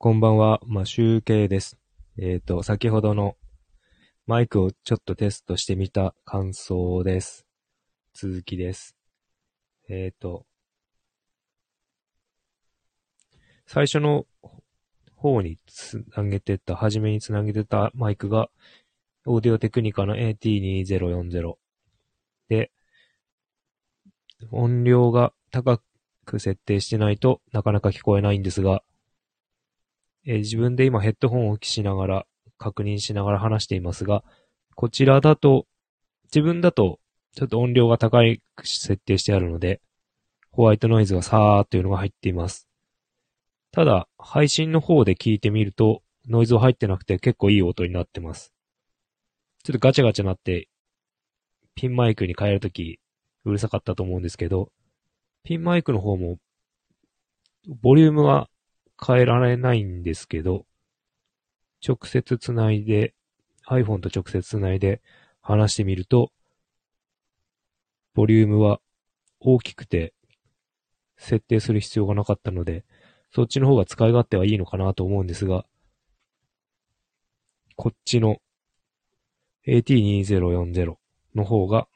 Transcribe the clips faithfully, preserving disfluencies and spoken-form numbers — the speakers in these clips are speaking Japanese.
こんばんは、まあ、集計です。えっと、先ほどのマイクをちょっとテストしてみた感想です。続きです。えっと、最初の方につなげてた、初めにつなげてたマイクが、オーディオテクニカの エーティーにせんよんじゅう で、音量が高く設定してないとなかなか聞こえないんですが、えー自分で今ヘッドホンをしながら、確認しながら話していますが、こちらだと、自分だと、ちょっと音量が高い設定してあるので、ホワイトノイズがさーっていうのが入っています。ただ、配信の方で聞いてみると、ノイズは入ってなくて結構いい音になってます。ちょっとガチャガチャなって、ピンマイクに変えるとき、うるさかったと思うんですけど、ピンマイクの方も、ボリュームは変えられないんですけど、直接つないで、iPhone と直接つないで話してみると、ボリュームは大きくて設定する必要がなかったので、そっちの方が使い勝手はいいのかなと思うんですが、こっちの エーティーにせんよんじゅう の方が、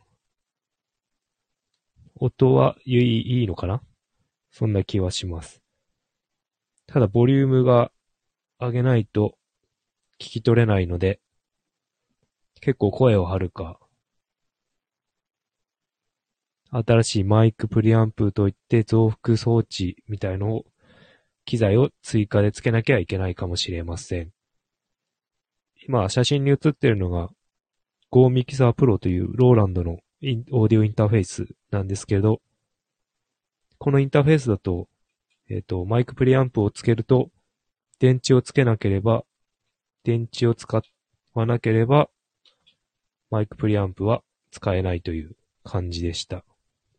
音はいいいいのかな、そんな気はします。ただ、ボリュームが上げないと聞き取れないので、結構声を張るか、新しいマイクプリアンプといって増幅装置みたいのを、機材を追加でつけなきゃいけないかもしれません。今、写真に写っているのが、Go Mixer Pro というローランドのインオーディオインターフェースなんですけど、このインターフェースだと、えっと、マイクプリアンプをつけると、電池をつけなければ、電池を使わなければ、マイクプリアンプは使えないという感じでした。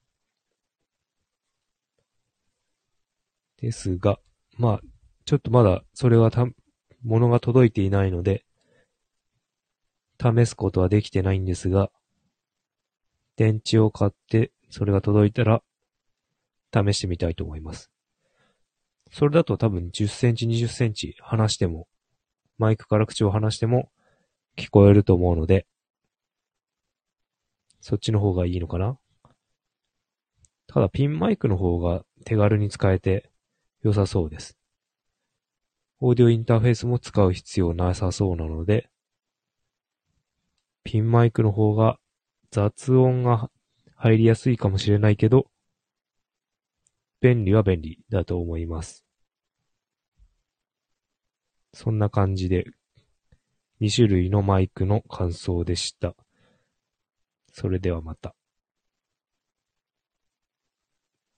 ですが、まあ、ちょっとまだそれはた、物が届いていないので、試すことはできてないんですが、電池を買って、それが届いたら、試してみたいと思います。それだと多分じゅっセンチ、にじゅっセンチ離しても、マイクから口を離しても聞こえると思うので、そっちの方がいいのかな。ただピンマイクの方が手軽に使えて良さそうです。オーディオインターフェースも使う必要なさそうなので、ピンマイクの方が雑音が入りやすいかもしれないけど、便利は便利だと思います。そんな感じで、に種類のマイクの感想でした。それではまた。